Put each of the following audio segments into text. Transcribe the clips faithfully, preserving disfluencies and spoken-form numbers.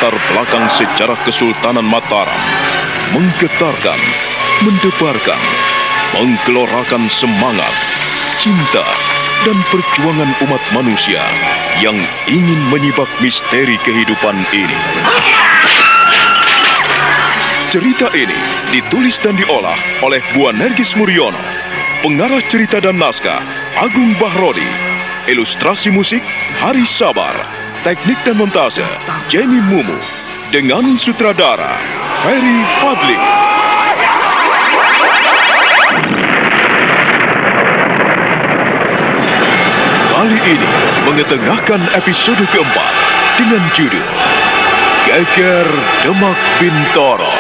latar belakang sejarah Kesultanan Mataram, menggetarkan, mendebarkan, menggelorakan semangat, cinta, dan perjuangan umat manusia yang ingin menyibak misteri kehidupan ini. Cerita ini ditulis dan diolah oleh Bu Nergis Muriono, pengarah cerita dan naskah Agung Bahrodi, ilustrasi musik Haris Sabar, teknik dan montase Jenny Mumu, dengan sutradara Ferry Fadli. Kali ini mengetengahkan episode keempat dengan judul Geger Demak Bintoro.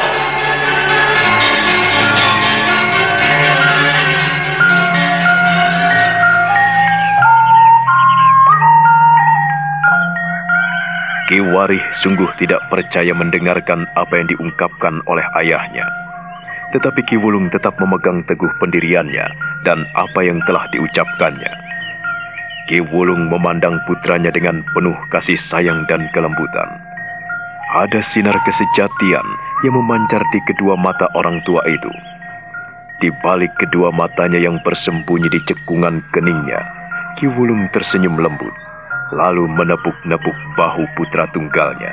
Ki Warih sungguh tidak percaya mendengarkan apa yang diungkapkan oleh ayahnya. Tetapi Ki Wulung tetap memegang teguh pendiriannya dan apa yang telah diucapkannya. Ki Wulung memandang putranya dengan penuh kasih sayang dan kelembutan. Ada sinar kesejatian yang memancar di kedua mata orang tua itu. Di balik kedua matanya yang bersembunyi di cekungan keningnya, Ki Wulung tersenyum lembut, lalu menepuk-nepuk bahu putra tunggalnya.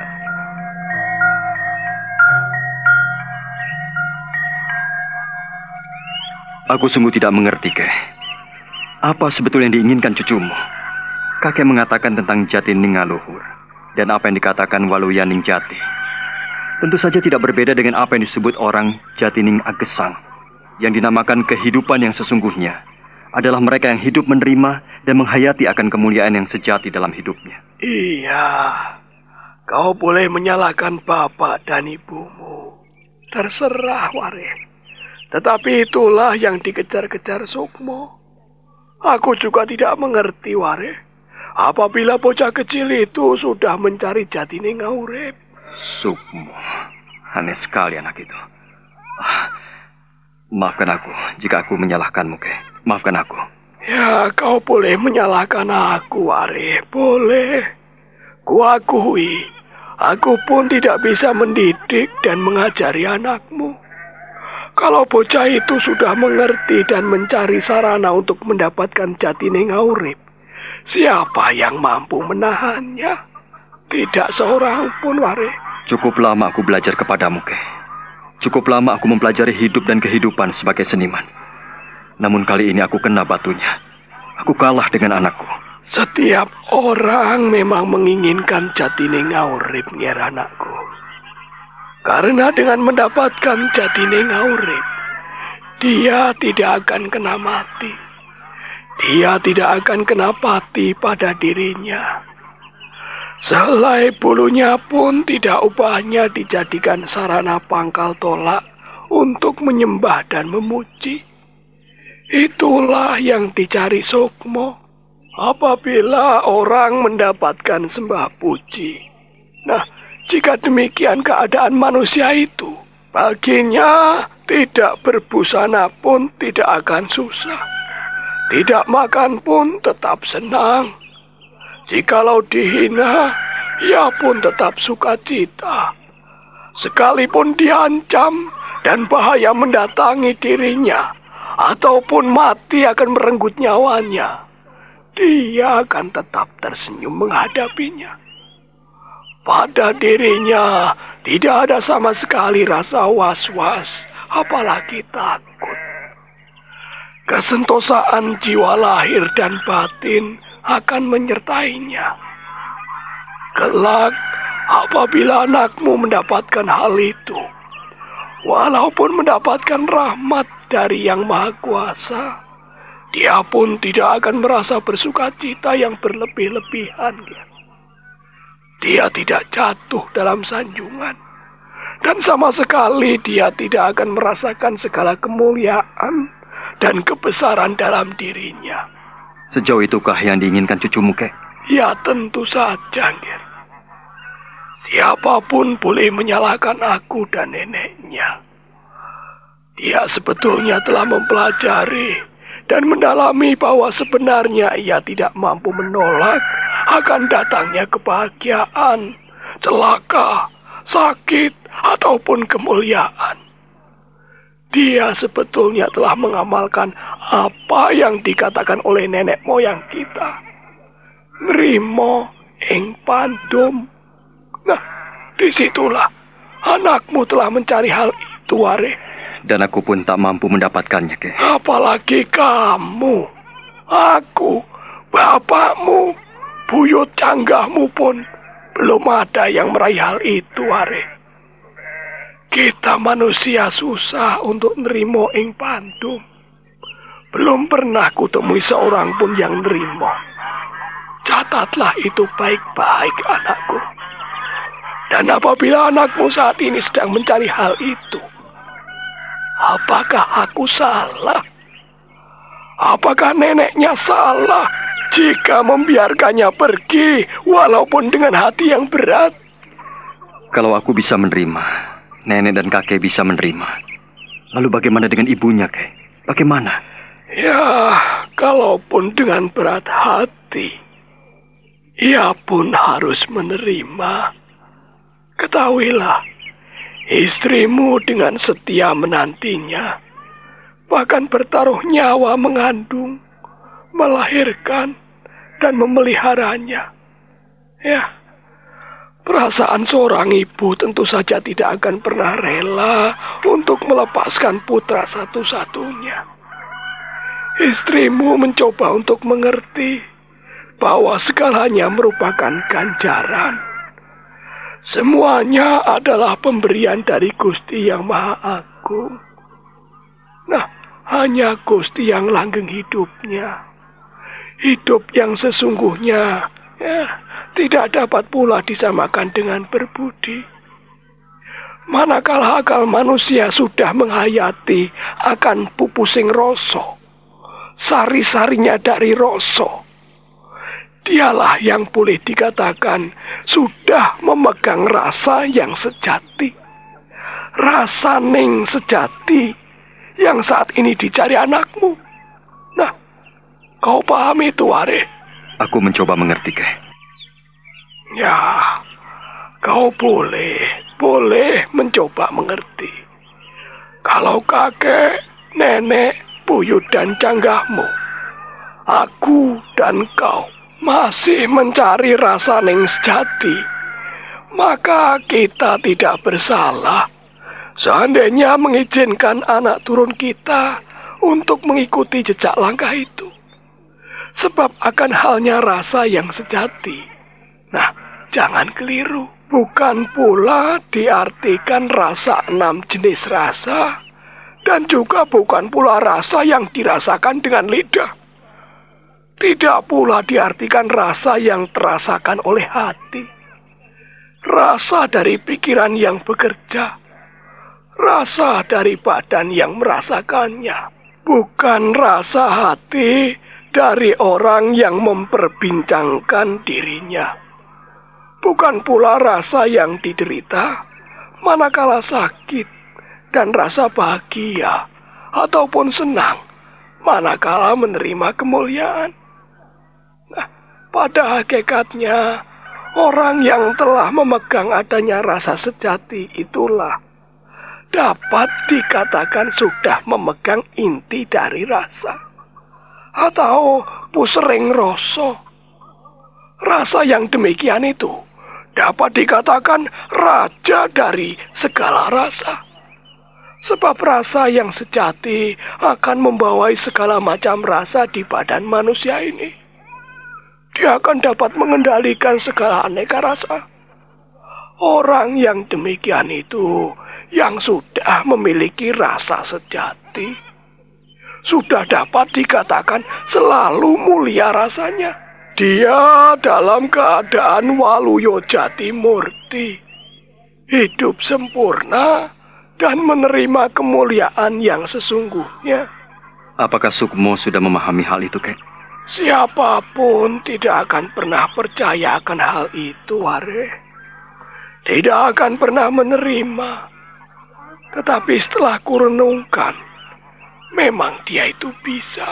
Aku sungguh tidak mengerti, Keh. Apa sebetulnya yang diinginkan cucumu? Kakek mengatakan tentang Jatining Ngaluhur dan apa yang dikatakan Waluyaning Jati. Tentu saja tidak berbeda dengan apa yang disebut orang Jatining Agesang, yang dinamakan kehidupan yang sesungguhnya adalah mereka yang hidup menerima dan menghayati akan kemuliaan yang sejati dalam hidupnya. Iya, kau boleh menyalahkan bapak dan ibumu. Terserah, Warih. Tetapi itulah yang dikejar-kejar Sukmo. Aku juga tidak mengerti, Warih, apabila bocah kecil itu sudah mencari Jatining Ngaurip. Sukmo, aneh sekali anak itu. Ah, maafkan aku jika aku menyalahkanmu, Keh. Maafkan aku. Ya, kau boleh menyalahkan aku, Warih. Boleh. Kuakui, aku pun tidak bisa mendidik dan mengajari anakmu. Kalau bocah itu sudah mengerti dan mencari sarana untuk mendapatkan Jatining Ngaurip, siapa yang mampu menahannya? Tidak seorang pun, Warih. Cukup lama aku belajar kepadamu, Keh. Cukup lama aku mempelajari hidup dan kehidupan sebagai seniman. Namun kali ini aku kena batunya. Aku kalah dengan anakku. Setiap orang memang menginginkan Jatining Ngaurip, Nyer anakku. Karena dengan mendapatkan Jatining Ngaurip, dia tidak akan kena mati. Dia tidak akan kena pati pada dirinya. Sehelai bulunya pun tidak ubahnya dijadikan sarana pangkal tolak untuk menyembah dan memuji. Itulah yang dicari Sukmo apabila orang mendapatkan sembah puji. Nah, jika demikian keadaan manusia itu, baginya tidak berbusana pun tidak akan susah. Tidak makan pun tetap senang. Jikalau dihina, ia pun tetap sukacita. Sekalipun diancam dan bahaya mendatangi dirinya, ataupun mati akan merenggut nyawanya, dia akan tetap tersenyum menghadapinya. Pada dirinya tidak ada sama sekali rasa was-was, apalagi takut. Kesentosaan jiwa lahir dan batin akan menyertainya. Kelak, apabila anakmu mendapatkan hal itu, walaupun mendapatkan rahmat dari Yang Maha Kuasa, dia pun tidak akan merasa bersukacita yang berlebih-lebihan. Dia tidak jatuh dalam sanjungan, dan sama sekali dia tidak akan merasakan segala kemuliaan dan kebesaran dalam dirinya. Sejauh itukah yang diinginkan cucumu, Kek? Ya tentu saja, Nger. Siapapun boleh menyalahkan aku dan neneknya. Dia sebetulnya telah mempelajari dan mendalami bahwa sebenarnya ia tidak mampu menolak akan datangnya kebahagiaan, celaka, sakit, ataupun kemuliaan. Dia sebetulnya telah mengamalkan apa yang dikatakan oleh nenek moyang kita. Nrimo ing pandum. Nah, disitulah anakmu telah mencari hal itu, Are. Dan aku pun tak mampu mendapatkannya, Kek. Apalagi kamu, aku, bapakmu, buyut canggahmu pun belum ada yang meraih hal itu, Are. Kita manusia susah untuk nerimo ing pandum. Belum pernah kutemui seorang pun yang nerimo. Catatlah itu baik-baik, anakku. Dan apabila anakmu saat ini sedang mencari hal itu, apakah aku salah? Apakah neneknya salah jika membiarkannya pergi walaupun dengan hati yang berat? Kalau aku bisa menerima, nenek dan kakek bisa menerima. Lalu bagaimana dengan ibunya, Kek? Bagaimana? Ya, kalaupun dengan berat hati, ia pun harus menerima. Ketahuilah, istrimu dengan setia menantinya, bahkan bertaruh nyawa mengandung, melahirkan, dan memeliharanya. Ya, perasaan seorang ibu tentu saja tidak akan pernah rela untuk melepaskan putra satu-satunya. Istrimu mencoba untuk mengerti bahwa segalanya merupakan ganjaran. Semuanya adalah pemberian dari Gusti yang Maha Agung. Nah, hanya Gusti yang langgeng hidupnya. Hidup yang sesungguhnya, ya, tidak dapat pula disamakan dengan berbudi. Manakala akal manusia sudah menghayati akan pupusing rasa, sari-sarinya dari rasa, dialah yang boleh dikatakan sudah memegang rasa yang sejati. Rasa ning sejati yang saat ini dicari anakmu. Nah, kau paham itu, Are? Aku mencoba mengerti, Kek. Ya, kau boleh, boleh mencoba mengerti. Kalau kakek, nenek, buyut dan canggahmu, aku dan kau masih mencari rasa ning sejati, maka kita tidak bersalah seandainya mengizinkan anak turun kita untuk mengikuti jejak langkah itu. Sebab akan halnya rasa yang sejati. Nah, jangan keliru. Bukan pula diartikan rasa enam jenis rasa, dan juga bukan pula rasa yang dirasakan dengan lidah. Tidak pula diartikan rasa yang terasakan oleh hati. Rasa dari pikiran yang bekerja. Rasa dari badan yang merasakannya. Bukan rasa hati dari orang yang memperbincangkan dirinya. Bukan pula rasa yang diderita manakala sakit, dan rasa bahagia ataupun senang manakala menerima kemuliaan. Nah, pada hakikatnya, orang yang telah memegang adanya rasa sejati itulah dapat dikatakan sudah memegang inti dari rasa. Atau pusering rasa. Rasa yang demikian itu dapat dikatakan raja dari segala rasa. Sebab rasa yang sejati akan membawai segala macam rasa di badan manusia ini. Dia akan dapat mengendalikan segala aneka rasa. Orang yang demikian itu yang sudah memiliki rasa sejati, sudah dapat dikatakan selalu mulia rasanya. Dia dalam keadaan waluyo jati murti, hidup sempurna dan menerima kemuliaan yang sesungguhnya. Apakah Sukmo sudah memahami hal itu, Kek? Siapapun tidak akan pernah percaya akan hal itu, Are. Tidak akan pernah menerima. Tetapi setelah kurenungkan, memang dia itu bisa.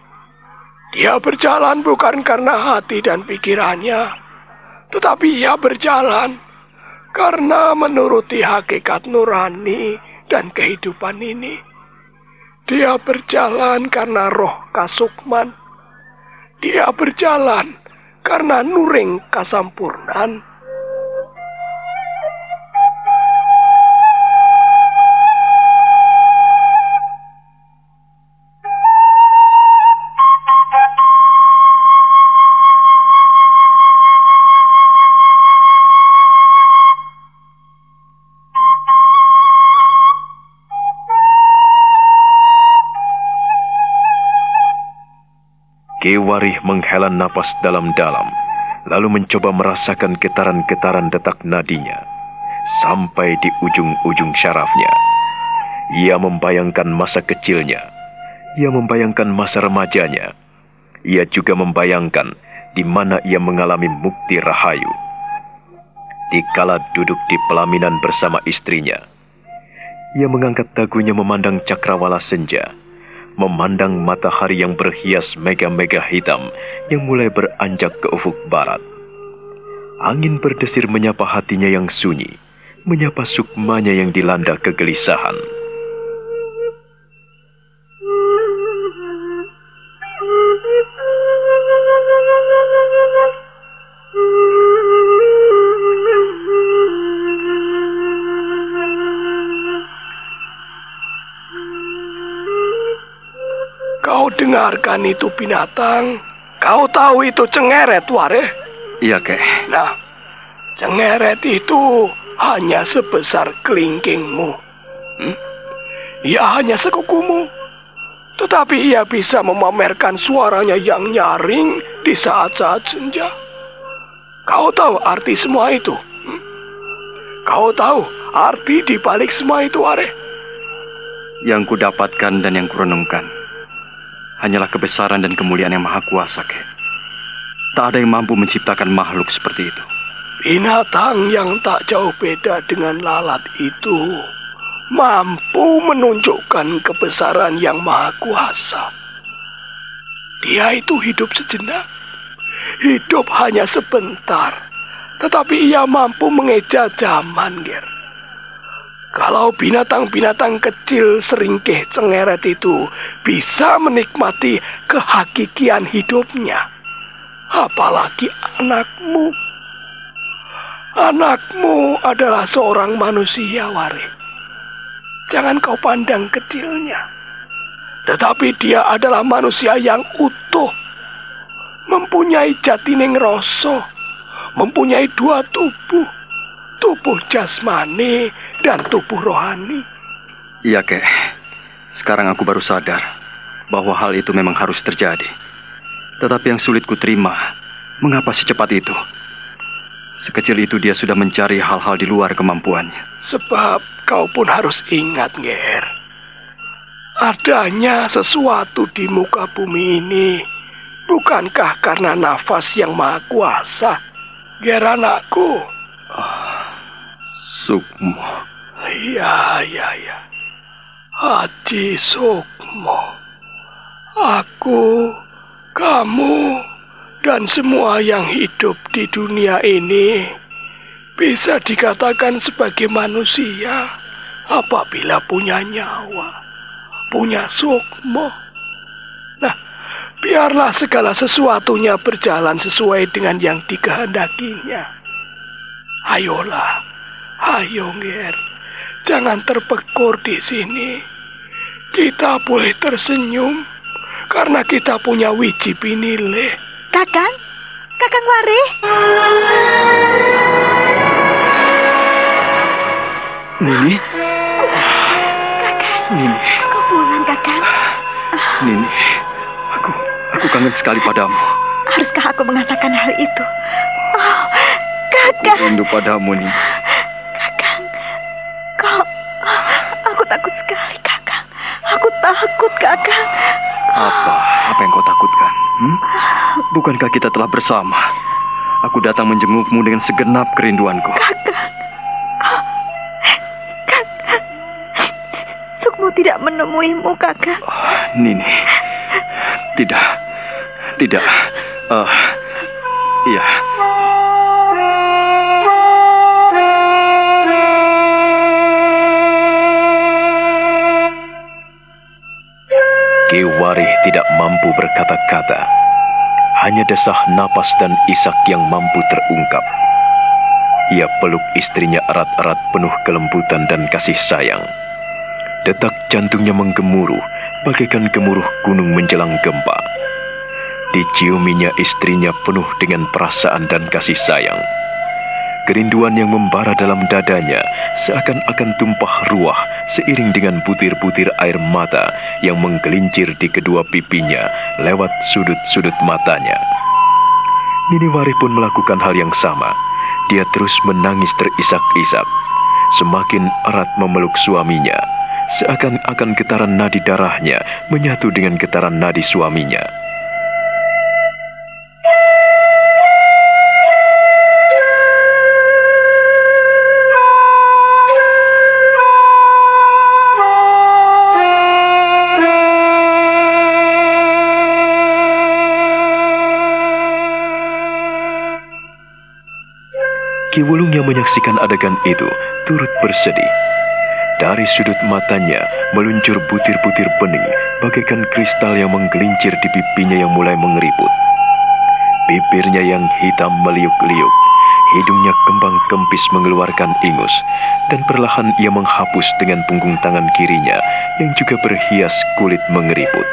Dia berjalan bukan karena hati dan pikirannya, tetapi ia berjalan Karena menuruti hakikat nurani dan kehidupan ini, dia berjalan karena roh kasukman. Dia berjalan karena nuring kasampurnan. Ki Warih menghela napas dalam-dalam, lalu mencoba merasakan getaran-getaran detak nadinya, sampai di ujung-ujung syarafnya. Ia membayangkan masa kecilnya, ia membayangkan masa remajanya, ia juga membayangkan di mana ia mengalami mukti rahayu. Dikala duduk di pelaminan bersama istrinya, ia mengangkat dagunya memandang cakrawala senja, memandang matahari yang berhias mega-mega hitam yang mulai beranjak ke ufuk barat. Angin berdesir menyapa hatinya yang sunyi, menyapa sukmanya yang dilanda kegelisahan. Kau dengarkan itu binatang? Kau tahu itu cengeret, Warih? Iya, Kek. Nah, cengeret itu hanya sebesar kelingkingmu. Hmm? Ia hanya sekukumu. Tetapi ia bisa memamerkan suaranya yang nyaring di saat-saat senja. Kau tahu arti semua itu? Hmm? Kau tahu arti di balik semua itu, Warih? Yang kudapatkan dan yang kurenungkan hanyalah kebesaran dan kemuliaan yang maha kuasa, Kek. Tak ada yang mampu menciptakan makhluk seperti itu. Binatang yang tak jauh beda dengan lalat itu mampu menunjukkan kebesaran yang maha kuasa. Dia itu hidup sejenak, hidup hanya sebentar, tetapi ia mampu mengeja zaman, Ger. Kalau binatang-binatang kecil seringkeh cengeret itu bisa menikmati kehakikian hidupnya, apalagi anakmu. Anakmu adalah seorang manusia, Warih. Jangan kau pandang kecilnya, tetapi dia adalah manusia yang utuh, mempunyai jatining rasa, mempunyai dua tubuh, tubuh jasmani dan tubuh rohani. Iya, Kek. Sekarang aku baru sadar bahwa hal itu memang harus terjadi. Tetapi yang sulit kuterima, mengapa secepat itu? Sekecil itu dia sudah mencari hal-hal di luar kemampuannya. Sebab kau pun harus ingat, Ger. Adanya sesuatu di muka bumi ini bukankah karena nafas yang maha kuasa, Ger anakku? Sukmo. Iya, iya, iya. Haji Sukmo. Aku, kamu, dan semua yang hidup di dunia ini bisa dikatakan sebagai manusia apabila punya nyawa, punya sukmo. Nah, biarlah segala sesuatunya berjalan sesuai dengan yang dikehendakinya. Ayolah, ayo Ger, jangan terpekur di sini. Kita boleh tersenyum karena kita punya wiji pinile. Kakang, Kakang Warih. Nini. Kakang. Nini. Kau pulang, Kakang. Nini, aku aku kangen sekali padamu. Haruskah aku mengatakan hal itu? Oh, Kakang. Aku rindu padamu, Nini. Kakang, kau... Aku takut sekali, Kakang. Aku takut, Kakang. Apa? Apa yang kau takutkan? Hmm? Bukankah kita telah bersama? Aku datang menjengukmu dengan segenap kerinduanku. Kakang. Oh, Kakang. Sukmo tidak menemuimu, Kakang. Oh, Nini. Tidak. Tidak. Uh, iya. Ki Warih tidak mampu berkata-kata. Hanya desah napas dan isak yang mampu terungkap. Ia peluk istrinya erat-erat penuh kelembutan dan kasih sayang. Detak jantungnya menggemuruh bagaikan gemuruh gunung menjelang gempa. Diciuminya istrinya penuh dengan perasaan dan kasih sayang. Kerinduan yang membara dalam dadanya seakan-akan tumpah ruah seiring dengan butir-butir air mata yang menggelincir di kedua pipinya lewat sudut-sudut matanya. Nini Warih pun melakukan hal yang sama. Dia terus menangis terisak-isak, semakin erat memeluk suaminya, seakan-akan getaran nadi darahnya menyatu dengan getaran nadi suaminya. Ki Wulung yang menyaksikan adegan itu turut bersedih. Dari sudut matanya meluncur butir-butir bening bagaikan kristal yang menggelincir di pipinya yang mulai mengeriput. Bibirnya yang hitam meliuk-liuk, hidungnya kembang kempis mengeluarkan ingus, dan perlahan ia menghapus dengan punggung tangan kirinya yang juga berhias kulit mengeriput.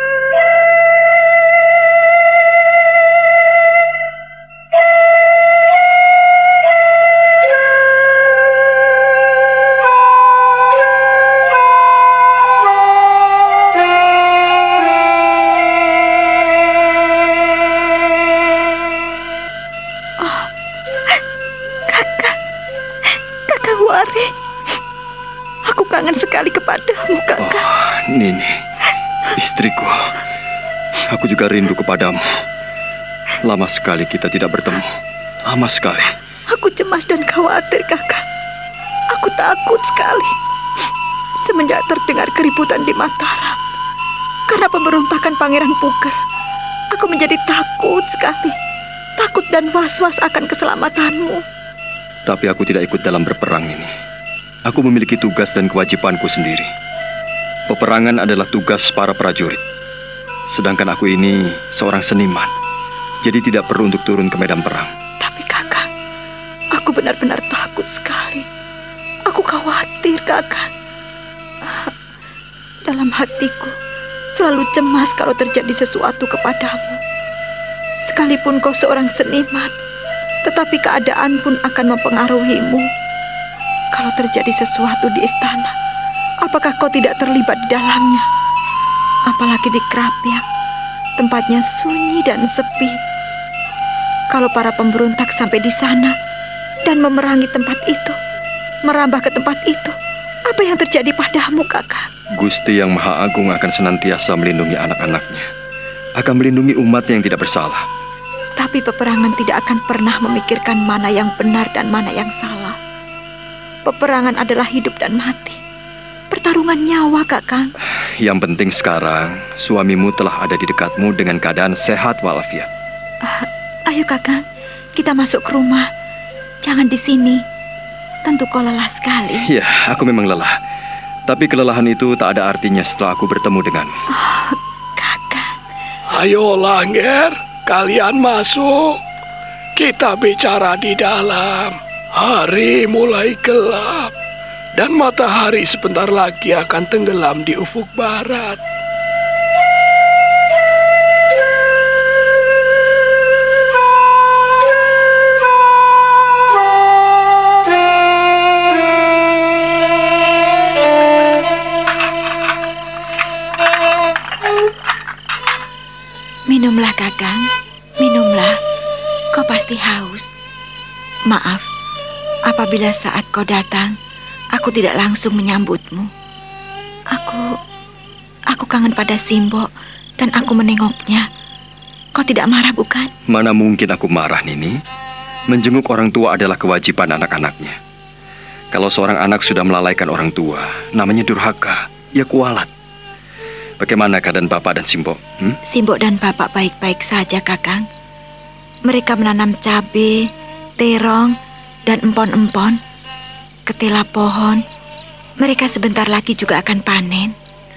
Nini, istriku, aku juga rindu kepadamu. Lama sekali kita tidak bertemu. Lama sekali. Aku cemas dan khawatir, Kakak. Aku takut sekali. Semenjak terdengar keributan di Mataram karena pemberontakan Pangeran Puger, aku menjadi takut sekali. Takut dan was-was akan keselamatanmu. Tapi aku tidak ikut dalam berperang ini. Aku memiliki tugas dan kewajibanku sendiri. Peperangan adalah tugas para prajurit. Sedangkan aku ini seorang seniman, jadi tidak perlu untuk turun ke medan perang. Tapi Kakak, aku benar-benar takut sekali. Aku khawatir, Kakak. Dalam hatiku selalu cemas kalau terjadi sesuatu kepadamu. Sekalipun kau seorang seniman, tetapi keadaan pun akan mempengaruhimu. Kalau terjadi sesuatu di istana, apakah kau tidak terlibat di dalamnya? Apalagi di Krapyak, tempatnya sunyi dan sepi. Kalau para pemberontak sampai di sana dan memerangi tempat itu, merambah ke tempat itu, apa yang terjadi padamu, Kakak? Gusti yang Maha Agung akan senantiasa melindungi anak-anaknya, akan melindungi umat yang tidak bersalah. Tapi peperangan tidak akan pernah memikirkan mana yang benar dan mana yang salah. Peperangan adalah hidup dan mati, pertarungan nyawa, Kakang. Yang penting sekarang suamimu telah ada di dekatmu dengan keadaan sehat walafiat. Uh, ayo Kakang, kita masuk ke rumah. Jangan di sini. Tentu kau lelah sekali. Ya, aku memang lelah. Tapi kelelahan itu tak ada artinya setelah aku bertemu denganmu. Oh, Kakang. Ayolah, Nger. Kalian masuk. Kita bicara di dalam. Hari mulai gelap. Dan matahari sebentar lagi akan tenggelam di ufuk barat. Minumlah, Kakang. Minumlah. Kau pasti haus. Maaf, apabila saat kau datang aku tidak langsung menyambutmu. Aku, aku kangen pada Simbo dan aku menengoknya. Kau tidak marah, bukan? Mana mungkin aku marah, Nini. Menjenguk orang tua adalah kewajiban anak-anaknya. Kalau seorang anak sudah melalaikan orang tua, namanya durhaka, ya kualat. Bagaimana keadaan Bapak dan Simbo? Hmm? Simbo dan Bapak baik-baik saja, Kakang. Mereka menanam cabai, terong, dan empon-empon. Ketela pohon, mereka sebentar lagi juga akan panen.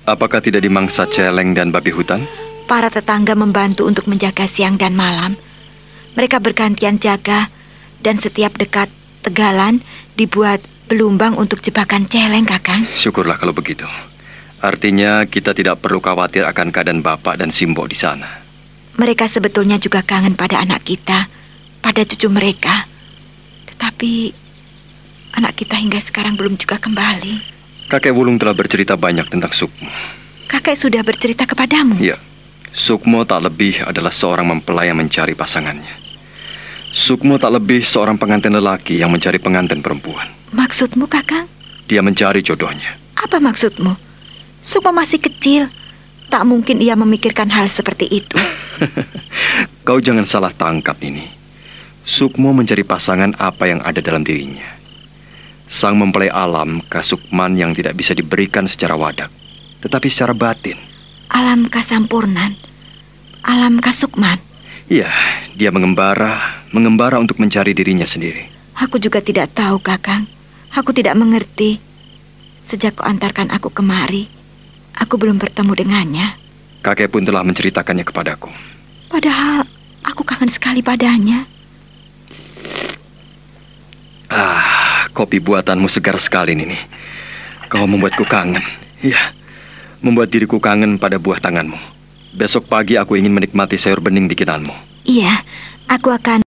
Apakah tidak dimangsa celeng dan babi hutan? Para tetangga membantu untuk menjaga siang dan malam. Mereka bergantian jaga, dan setiap dekat tegalan dibuat belumbang untuk jebakan celeng, Kakang. Syukurlah kalau begitu. Artinya kita tidak perlu khawatir akan keadaan Bapak dan Simbo di sana. Mereka sebetulnya juga kangen pada anak kita, pada cucu mereka. Tetapi anak kita hingga sekarang belum juga kembali. Kakek Wulung telah bercerita banyak tentang Sukmo. Kakek sudah bercerita kepadamu? Iya. Sukmo tak lebih adalah seorang mempelai yang mencari pasangannya. Sukmo tak lebih seorang pengantin lelaki yang mencari pengantin perempuan. Maksudmu, Kakang? Dia mencari jodohnya. Apa maksudmu? Sukmo masih kecil. Tak mungkin ia memikirkan hal seperti itu. Kau jangan salah tangkap ini. Sukmo mencari pasangan apa yang ada dalam dirinya. Sang mempelai alam kasukman yang tidak bisa diberikan secara wadak, tetapi secara batin. Alam kasampurnan, alam kasukman. Iya, dia mengembara, mengembara untuk mencari dirinya sendiri. Aku juga tidak tahu, Kakang. Aku tidak mengerti. Sejak kau antarkan aku kemari, aku belum bertemu dengannya. Kakek pun telah menceritakannya kepadaku. Padahal aku kangen sekali padanya. Ah, kopi buatanmu segar sekali, Nini. Kau membuatku kangen. Iya, membuat diriku kangen pada buah tanganmu. Besok pagi aku ingin menikmati sayur bening bikinanmu. Iya, aku akan